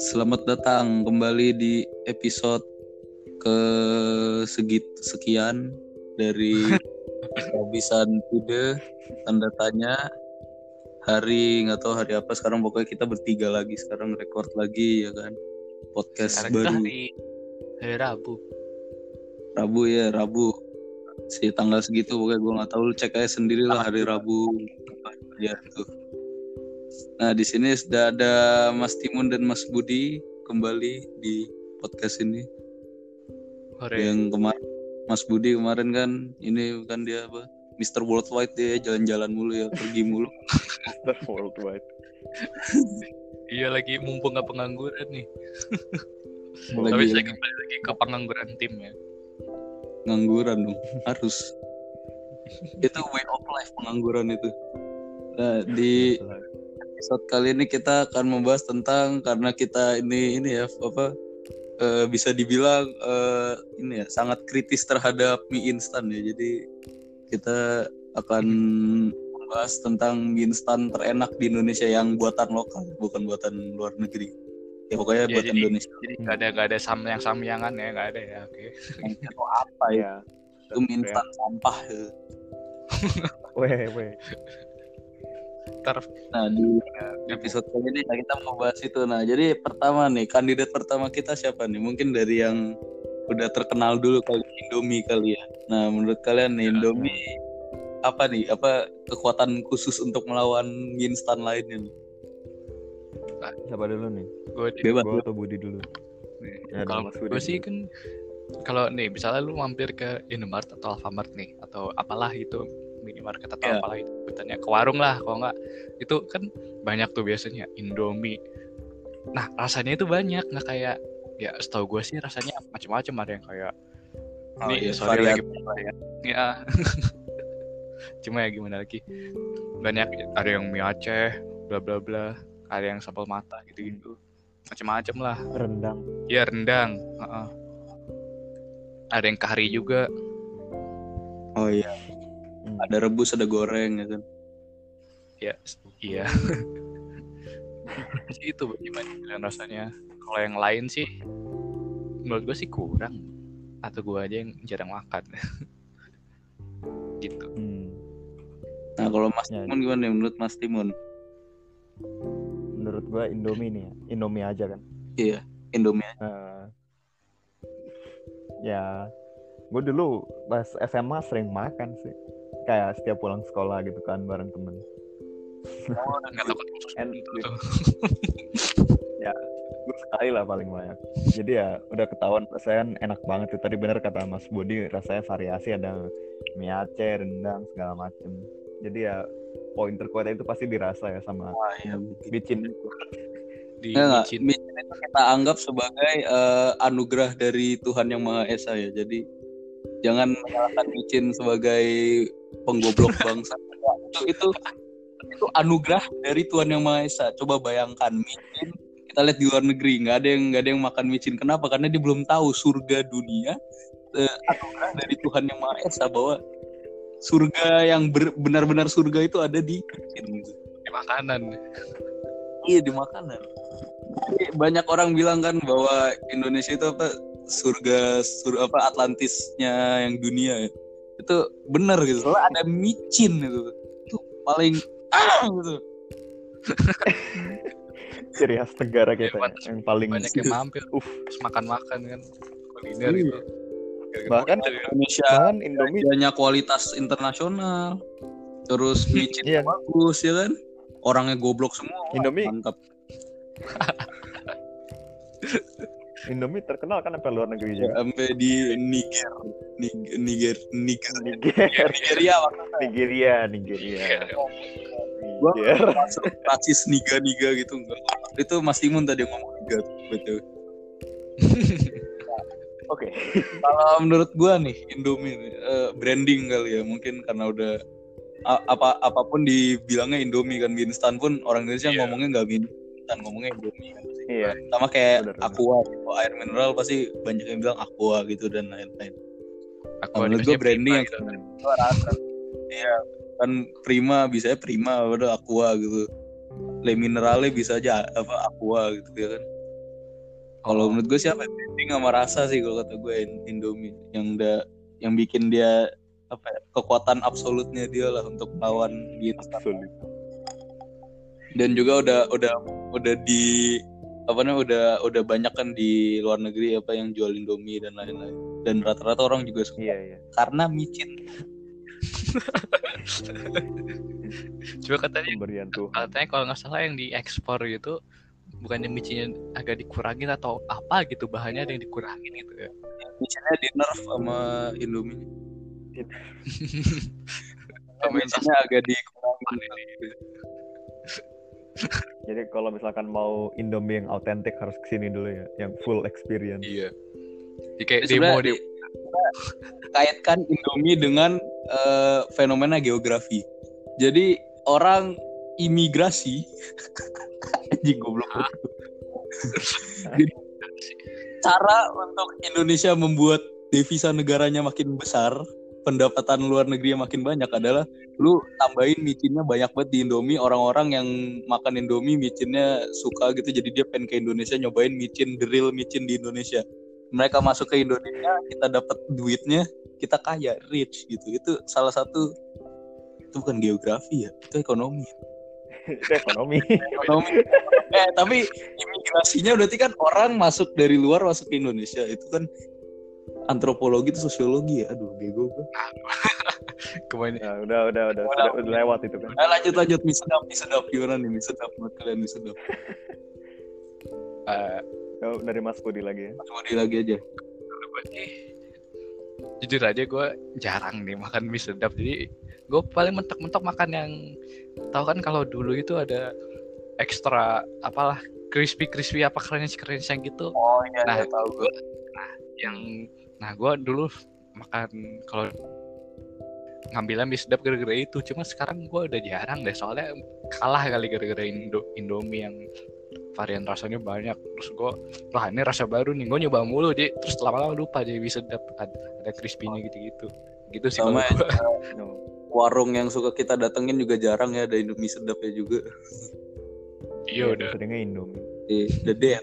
Selamat datang kembali di episode sekian dari kehabisan ide tanda tanya hari nggak tahu hari apa sekarang, pokoknya kita bertiga lagi sekarang record lagi ya kan, podcast Sekarang baru hari Rabu si tanggal segitu, pokoknya gue nggak tahu, lu cek aja sendiri lah hari Rabu ya tuh. Nah, di sini sudah ada Mas Timun dan Mas Budi kembali di podcast ini. Hore. Yang kemarin Mas Budi kemarin kan ini kan dia apa? Mr. Worldwide, dia jalan-jalan mulu ya, pergi mulu. Mr. Worldwide. Iya, lagi mumpung gak pengangguran nih. Lagi, Tapi saya kembali lagi ke pengangguran tim ya. Pengangguran dong, harus. Itu way of life pengangguran itu. Nah, di episode kali ini kita akan membahas tentang, karena kita ini ya apa bisa dibilang ini ya sangat kritis terhadap mie instan ya. Jadi kita akan membahas tentang mie instan terenak di Indonesia yang buatan lokal, bukan buatan luar negeri. Ya pokoknya Ya, buatan Indonesia. Jadi gak ada samyangan ya, gak ada ya. Oke. Itu apa ya? Itu mie instan sampah ya. Weh. Nah, di episode kali ini kita mau bahas itu. Nah, jadi pertama nih, kandidat pertama kita siapa nih? Mungkin dari yang udah terkenal dulu kali, Indomie kali ya. Nah, menurut kalian nih Indomie apa nih? Apa kekuatan khusus untuk melawan mie instan lainnya nih? Siapa dulu nih? Bebas. Gue atau Budi dulu? Ya, Kalau gue sih kan, kalau nih misalnya lu mampir ke Indomaret atau Alfamart nih, atau apalah itu, minimarket atau apalah itu, sebutannya ke warung lah, kalau nggak itu kan banyak tuh biasanya Indomie. Nah, rasanya itu banyak, nggak kayak, ya setahu gue sih rasanya macam-macam, ada yang kayak sorry lagi ya. Cuma ya gimana lagi, banyak, ada yang mie Aceh bla bla bla, ada yang sambal mata gitu macam-macam lah. Rendang. Ya rendang, ada yang kari juga. Oh iya. Ada rebus, ada goreng ya kan. Ya iya. Itu gimana rasanya. Kalau yang lain sih menurut gue sih kurang, atau gue aja yang jarang makan. Gitu. Nah, kalau Mas Timun gimana menurut Mas Timun? Menurut gue Indomie nih, Indomie aja kan. Iya, Indomie aja. Ya, gue dulu pas SMA sering makan sih, kayak setiap pulang sekolah gitu kan bareng temen. Nggak takut gitu. Ya, gue sekali lah paling banyak. Jadi ya udah ketahuan rasanya enak banget tuh. Tadi benar kata Mas Budi, rasanya variasi, ada mie Aceh, rendang, segala macem. Jadi ya poin terkuatnya itu pasti dirasa ya sama micin itu. Micin itu kita anggap sebagai anugerah dari Tuhan Yang Maha Esa ya. Jadi jangan menyalahkan micin sebagai penggoblok bangsa. itu anugerah dari Tuhan Yang Maha Esa. Coba bayangkan micin, kita lihat di luar negeri nggak ada yang makan micin. Kenapa? Karena dia belum tahu surga dunia, anugerah dari Tuhan Yang Maha Esa, bahwa surga yang benar-benar surga itu ada di micin, gitu. Di makanan. Iya, di makanan. Banyak orang bilang kan bahwa Indonesia itu apa, surga apa Atlantisnya yang dunia ya. Itu benar gitu. Soalnya ada micin itu paling gitu. Ciri khas negara kita yang paling banyak yang mampir makan-makan kan, kuliner gitu. Bahkan Indomie banyak kualitas internasional. Terus micin bagus ya kan. Orangnya goblok semua. Indomie mantap. Indomie terkenal kan sampai luar negeri juga. Sampai di Nigeria maksudnya. Nigeria. Gua masuk rasis niga gitu enggak. Itu Mas Timun tadi yang ngomong niga, betul. Oke. Kalau menurut gua nih Indomie branding kali ya, mungkin karena udah apapun dibilangnya Indomie kan, mie instan pun orang Indonesia ngomongnya enggak mie instan, ngomongnya Indomie kan. Iya. Sama kayak Aqua gitu, air mineral pasti banyak yang bilang Aqua gitu dan lain-lain. Menurut gua branding yang rasa. Iya, kan Prima bisa Prima, padahal Aqua gitu. Le Minerale bisa aja apa Aqua gitu ya kan. Kalau menurut gue siapa? Branding sama rasa sih kalau kata gue Indomie yang bikin dia kekuatan absolutnya dia lah untuk melawan di Absolut. Dan juga udah di udah banyak kan di luar negeri yang jual Indomie dan lain-lain. Dan rata-rata orang juga suka. Iya. Karena micin. Coba katanya Pemberian Tuhan. Katanya kalau nggak salah yang diekspor gitu bukannya micinnya agak dikurangin atau apa gitu, bahannya ada yang dikurangin gitu ya. Micinnya di nerf sama Indomie. Micinnya agak dikurangin. Jadi kalau misalkan mau Indomie yang autentik harus kesini dulu ya, yang full experience. Iya. Jadi kayak demo kaitkan Indomie dengan fenomena geografi. Jadi orang imigrasi anjing goblok. Jadi cara untuk Indonesia membuat devisa negaranya makin besar, pendapatan luar negeri yang makin banyak adalah lu tambahin micinnya banyak banget di Indomie. Orang-orang yang makan Indomie micinnya suka gitu, jadi dia pengen ke Indonesia nyobain micin, the real micin di Indonesia. Mereka masuk ke Indonesia, kita dapat duitnya, kita kaya, rich gitu. Itu salah satu, itu bukan geografi ya, itu ekonomi. Itu ekonomi. Tapi imigrasinya berarti kan orang masuk dari luar masuk ke Indonesia, itu kan antropologi itu sosiologi ya. Aduh, bego gue. Kemana? Nah, udah lewat itu kan. Nah, lanjut mie sedap gimana nih mie sedap menurut kalian mie sedap? Dari Mas Budi lagi ya. Mas Budi lagi aja. Jujur aja gue jarang nih makan mie sedap, jadi gue paling mentok-mentok makan yang tahu kan kalau dulu itu ada ekstra apalah crispy apa crunch yang gitu. Oh iya, nah tahu gue. Gue dulu makan kalau ngambilnya mie sedap gara-gara itu. Cuma sekarang gue udah jarang deh, soalnya kalah kali gara-gara Indomie yang varian rasanya banyak. Terus gue, wah ini rasa baru nih, gue nyoba mulu jadi terus lama-lama lupa jadi mie sedap ada crispy-nya gitu sih. Sama warung yang suka kita datengin juga jarang ya ada Indomie sedap ya juga. Iya udah. Seringnya Indomie. The dead.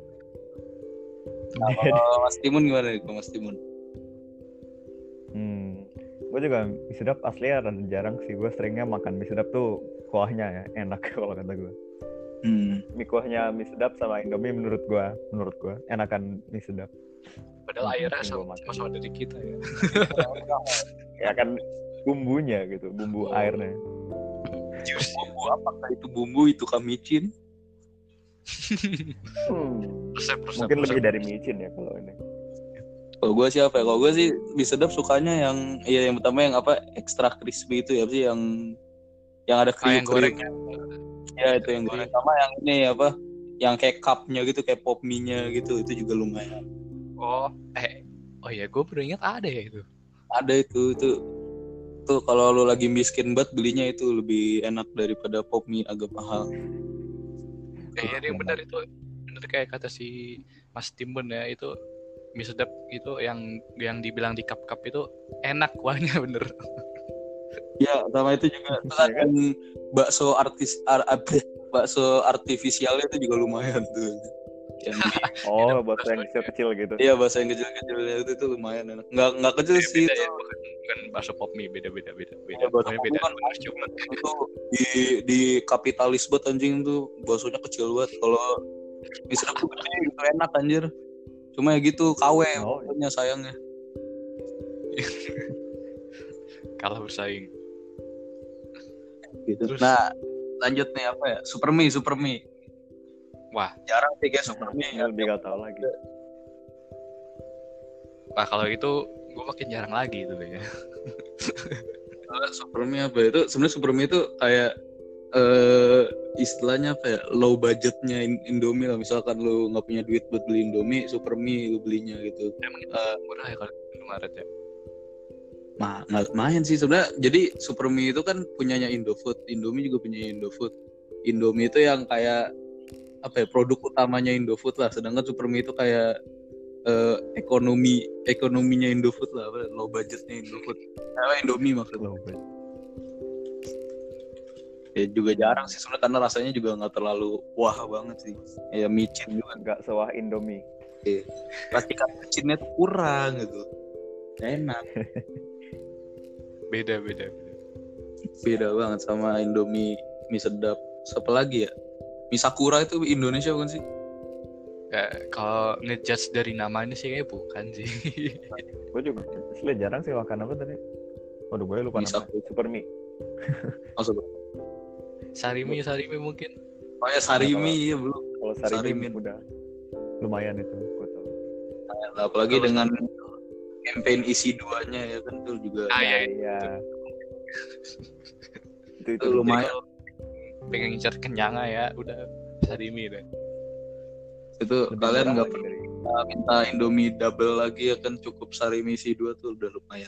Kalau Mas Timun gimana nih, Mas Timun? Gue juga mie sedap asli ya jarang sih. Gue seringnya makan mie sedap tuh kuahnya ya enak kalau kata gue. Mie kuahnya mie sedap sama Indomie menurut gue enakan mie sedap. Padahal airnya sama dari kita ya. Ya kan bumbunya gitu, bumbu airnya. Bumbu apakah itu bumbu itu micin? Mungkin lebih dari micin ya kalau ini. Kalau gue sih Kalau gue sih mie sedap sukanya yang pertama yang ekstra crispy itu ya sih yang ada kriuk-kriuknya. Ya itu yang goreng, sama yang ini yang kayak cupnya gitu, kayak pop mie-nya gitu, itu juga lumayan. Oh ya gue baru ingat ada ya itu. Ada itu kalau lu lagi miskin banget belinya itu lebih enak daripada pop mie agak mahal. Iya yang benar itu, benar kayak kata si Mas Timbun ya, itu mie sedap itu yang dibilang di cup itu enak kuahnya bener. Ya sama itu juga kan bakso artifisialnya itu juga lumayan tuh. Bakso yang kecil-kecil gitu. Iya, bakso yang kecil-kecilnya itu lumayan enak. Nggak kecil sih itu. Bukan bakso pop mie, beda. Ya, beda. Itu di kapitalis banget anjing tuh, baksonya kecil banget. Kalau misalnya gede gitu enak anjir. Cuma ya gitu KW pokoknya sayangnya. Kalah bersaing. Gitu. Terus, nah, lanjut nih Super mie. Wah, jarang sih kayak super mie. Lebih gak tahu lagi. Wah, kalau itu gue makin jarang lagi itu ya. Super mie itu? Sebenarnya super mie itu kayak istilahnya low budgetnya Indomie lah. Misalkan lu nggak punya duit buat beli Indomie, super mie lu belinya gitu. Emang itu murah ya kalau Indomaret ya? Lumayan sih sebenarnya. Jadi super mie itu kan punyanya Indofood, Indomie juga punya Indofood. Indomie itu yang kayak produk utamanya Indofood lah, sedangkan super mie itu kayak ekonominya Indofood lah, low budgetnya Indofood. Indomie maksudnya. Ya juga jarang sih sebenarnya karena rasanya juga nggak terlalu wah banget sih. Ya micin juga nggak sewah Indomie. Racikan micinnya tuh kurang gitu. Gak enak. Beda. Beda banget sama Indomie mie sedap. Siapa lagi ya? Mie Sakura itu Indonesia bukan sih? Kalau ngejudge dari namanya sih kayak bukan sih. Gue juga jarang sih makan apa tadi. Waduh, gue lupa namanya. Super mie. Sarimi mungkin. Oh ya Sarimi ya belum. Kalau Sarimi udah lumayan itu gue tahu. Nah, apalagi dengan campaign isi 2-nya ya kan itu juga. Iya. itu lumayan. Pengen ngincar kenyang ya, udah Sarimi deh. Itu kalian nggak perlu minta Indomie double lagi ya kan, cukup Sarimi isi 2 tuh udah lumayan.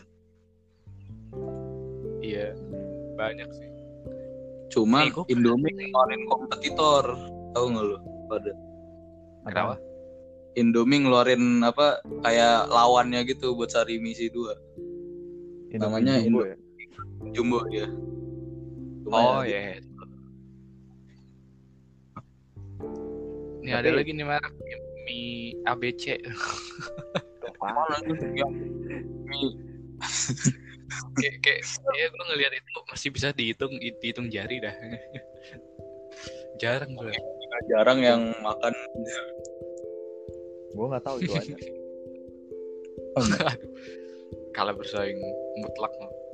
Iya, banyak sih. Cuman Indomie ngeluarin kompetitor, tahu nggak lo? Pada. Kenapa? Indomie ngeluarin apa kayak lawannya gitu buat Sarimi isi 2. Namanya Jumbo, Jumbo ya. Oh ya. Ini ada lagi nih merek mie ABC. Mana tuh yang mie? kayak gue ngelihat itu masih bisa dihitung jari dah. Jarang gue. Jarang yang makan. Gue nggak tahu itu aja. Kalah bersaing mutlak.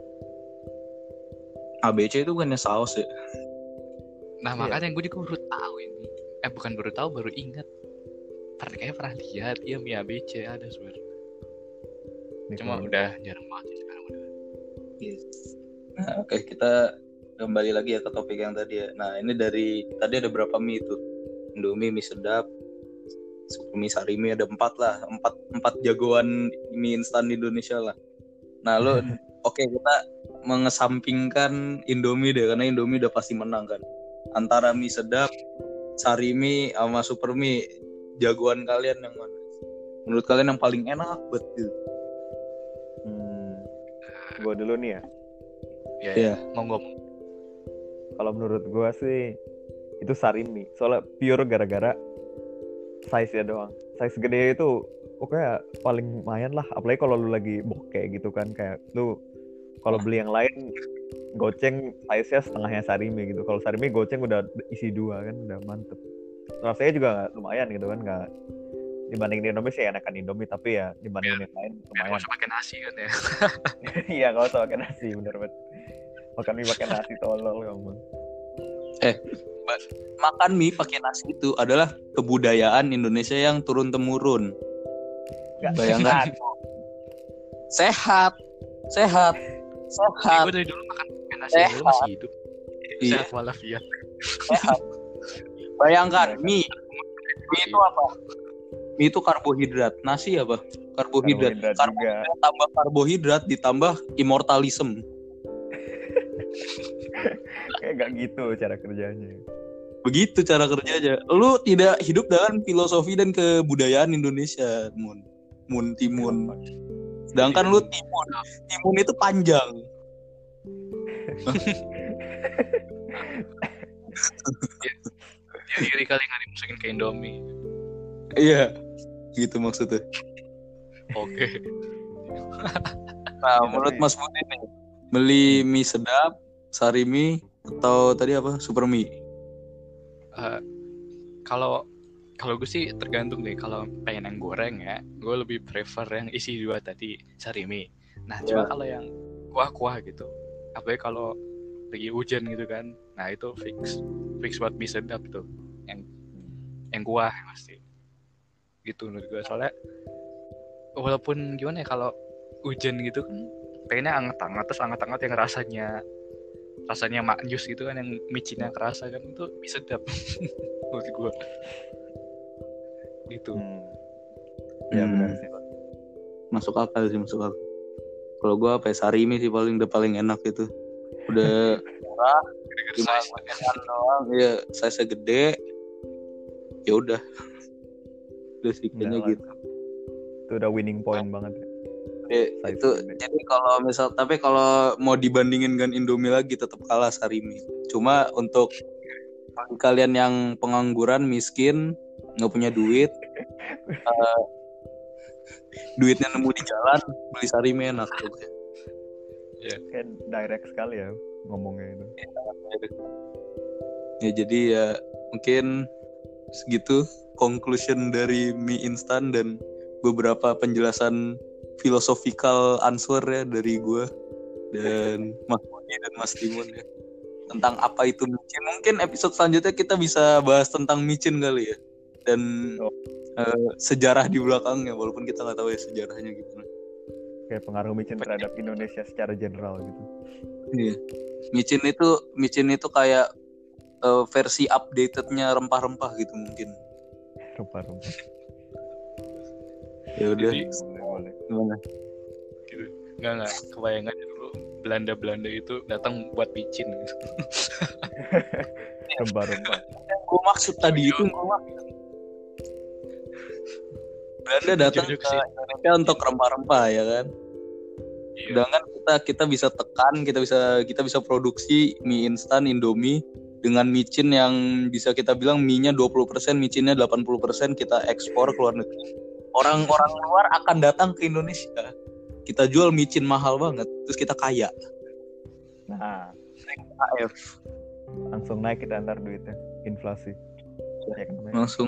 ABC itu bukannya saus ya? Nah makanya gue juga baru tahu ini. Bukan baru tahu, baru ingat. Pernah lihat, iya mie ABC ada sebenarnya. Cuma udah jarang banget sih sekarang udah. Yes. Nah, oke, kita kembali lagi ya ke topik yang tadi ya. Nah, ini dari tadi ada berapa mie itu? Indomie, mie sedap, mie Sarimi ada 4 lah, 4 jagoan mie instan di Indonesia lah. Nah, lo oke, kita mengesampingkan Indomie deh, karena Indomie udah pasti menang kan. Antara mie sedap, Sarimi sama Super Mie, jagoan kalian yang mana? Menurut kalian yang paling enak buat gitu? Gue dulu nih ya. Iya. Monggo. Kalau menurut gue sih itu Sarimi. Soalnya pure gara-gara size-nya doang. Size gede itu pokoknya paling lumayan lah. Apalagi kalau lu lagi bokeh gitu kan, kayak lu kalau beli yang lain goceng size-nya setengahnya Sarimi gitu. Kalau Sarimi goceng udah isi 2 kan, udah mantep. Rasanya juga lumayan gitu kan, nggak dibandingin Indomie sih enakan Indomie, tapi ya dibandingin yang lain lumayan. Nggak usah pakai nasi kan ya. Iya, nggak usah pakai nasi, bener banget. Makan mie pakai nasi tolol ngomong. Makan mie pakai nasi itu adalah kebudayaan Indonesia yang turun temurun. Bayangkan. Sehat. Gue dari dulu makan pakai nasi dulu masih hidup. Sehat walafiat. Sehat. Bayangkan mie itu apa? Mie itu karbohidrat. Nasi apa? Karbohidrat tambah karbohidrat ditambah immortalism. Kayak gak gitu cara kerjanya. Begitu cara kerjanya. Lu tidak hidup dengan filosofi dan kebudayaan Indonesia, Timun. Sedangkan lu Timun itu panjang. Dia iri kali nggak dimasukin ke Indomie. Iya, gitu maksudnya. Oke. Nah, menurut Mas Budi nih, beli mie sedap, Sarimi atau tadi apa? Super mie? Kalau gue sih tergantung deh. Kalau pengen yang goreng ya, gue lebih prefer yang isi 2 tadi, Sarimi. Nah, cuma kalau yang kuah-kuah gitu, apalagi kalau lagi hujan gitu kan, nah itu fix buat mie sedap tuh, yang kuah pasti. Gitu menurut gue, soalnya walaupun gimana ya, kalau hujan gitu kan pengennya anget-anget, terus anget-anget yang rasanya maknyus gitu kan, yang micinnya kerasa kan, itu mie sedap menurut gue gitu. Ya benar sih. Masuk akal. Kalau gue apa ya, Sarimi sih udah paling enak itu. Udah murah, cuma makan doang. Ya size gede. Ya udah sih kayaknya gitu. Itu udah winning point banget ya. Itu gede. Jadi kalau mau dibandingin dengan Indomie lagi tetap kalah Sarimi. Cuma untuk kalian yang pengangguran, miskin, nggak punya duit, duitnya nemu di jalan, beli sari mie enak. Kayak direct sekali ya ngomongnya itu. Ya jadi ya mungkin segitu conclusion dari mie instan dan beberapa penjelasan philosophical answer ya dari gue dan Mas Budi dan Mas Timun ya tentang apa itu micin. Mungkin episode selanjutnya kita bisa bahas tentang micin kali ya dan sejarah di belakangnya walaupun kita nggak tahu ya sejarahnya gimana. Kayak pengaruh micin terhadap Indonesia secara general gitu. Iya. Micin itu kayak versi updatednya rempah-rempah gitu mungkin. Rempah-rempah. Ya udah. Boleh. Gimana? Gitu. Enggak kebayangan dulu Belanda itu datang buat micin gitu. Rempah-rempah. Gue maksud tadi itu Belanda datang ke Indonesia untuk rempah-rempah ya kan. Iya. Sedangkan kita bisa tekan, kita bisa produksi mie instan Indomie dengan micin yang bisa kita bilang mie-nya 20%, micinnya 80%, kita ekspor ke luar negeri. Orang-orang luar akan datang ke Indonesia. Kita jual micin mahal banget, terus kita kaya. Nah, AF. Langsung naik kita antar duitnya, inflasi. Ya, kan, Langsung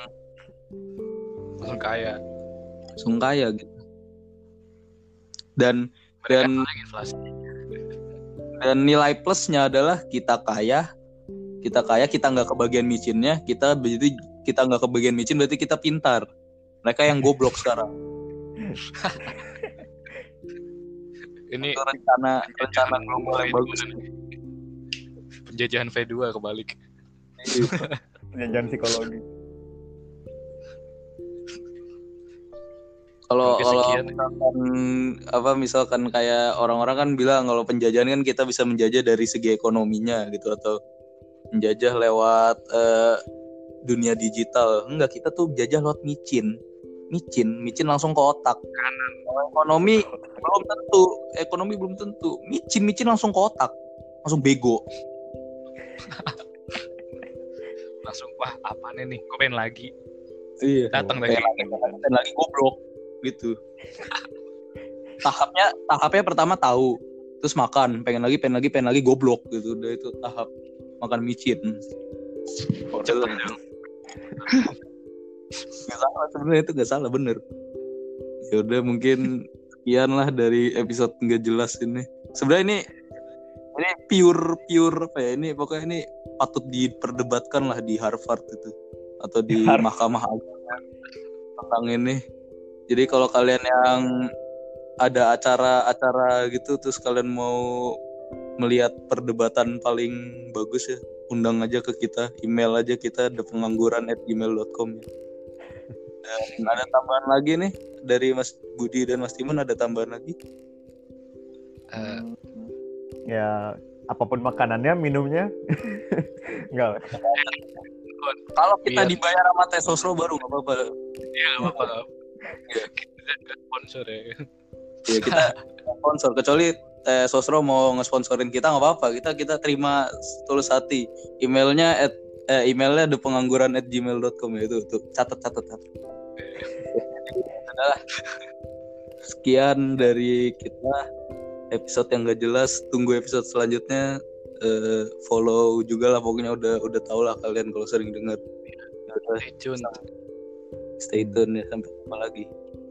kaya. Langsung kaya gitu. Dan nilai plusnya adalah kita kaya, kita nggak kebagian micinnya, kita nggak kebagian micin berarti kita pintar. Mereka yang goblok sekarang. Ini rencana global yang bagus. Penjajahan V2 kebalik. Penjajahan psikologi. Kalau misalkan kayak orang-orang kan bilang kalau penjajahan kan kita bisa menjajah dari segi ekonominya gitu atau menjajah lewat dunia digital. Enggak, kita tuh jajah lewat micin langsung ke otak. Kanan. Ekonomi belum tentu. Micin langsung ke otak. Langsung bego. Langsung wah apaan nih? Gue pengen lagi. Iya. Datang lagi goblok gitu. Tahapnya pertama tahu, terus makan, pengen lagi goblok gitu. Udah itu tahap makan micin. Gak salah sebenarnya, itu gak salah, bener. Ya udah mungkin sekian lah dari episode nggak jelas ini. Sebenarnya ini pure apa ya, ini pokoknya ini patut diperdebatkan lah di Harvard itu atau di Mahkamah Agung tentang ini. Jadi kalau kalian yang ada acara gitu terus kalian mau melihat perdebatan paling bagus ya, undang aja ke kita, email aja kita thepengangguran@gmail.com ya. Dan ada tambahan lagi nih dari Mas Budi dan Mas Timun, ada tambahan lagi? Ya apapun makanannya, minumnya enggak. Kalau kita dibayar sama Teh Sosro baru nggak apa-apa. Iya nggak apa-apa. Kita sponsor ya. Iya kita sponsor, kecuali Teh Sosro mau ngesponsorin kita nggak apa-apa. Kita terima tulus hati. Emailnya thepengangguran@gmail.com ya, itu tuh catat. Adalah sekian dari kita episode yang gak jelas. Tunggu episode selanjutnya. Follow juga lah, pokoknya udah tau lah kalian kalau sering dengar. Stay tune ya, sampai jumpa lagi.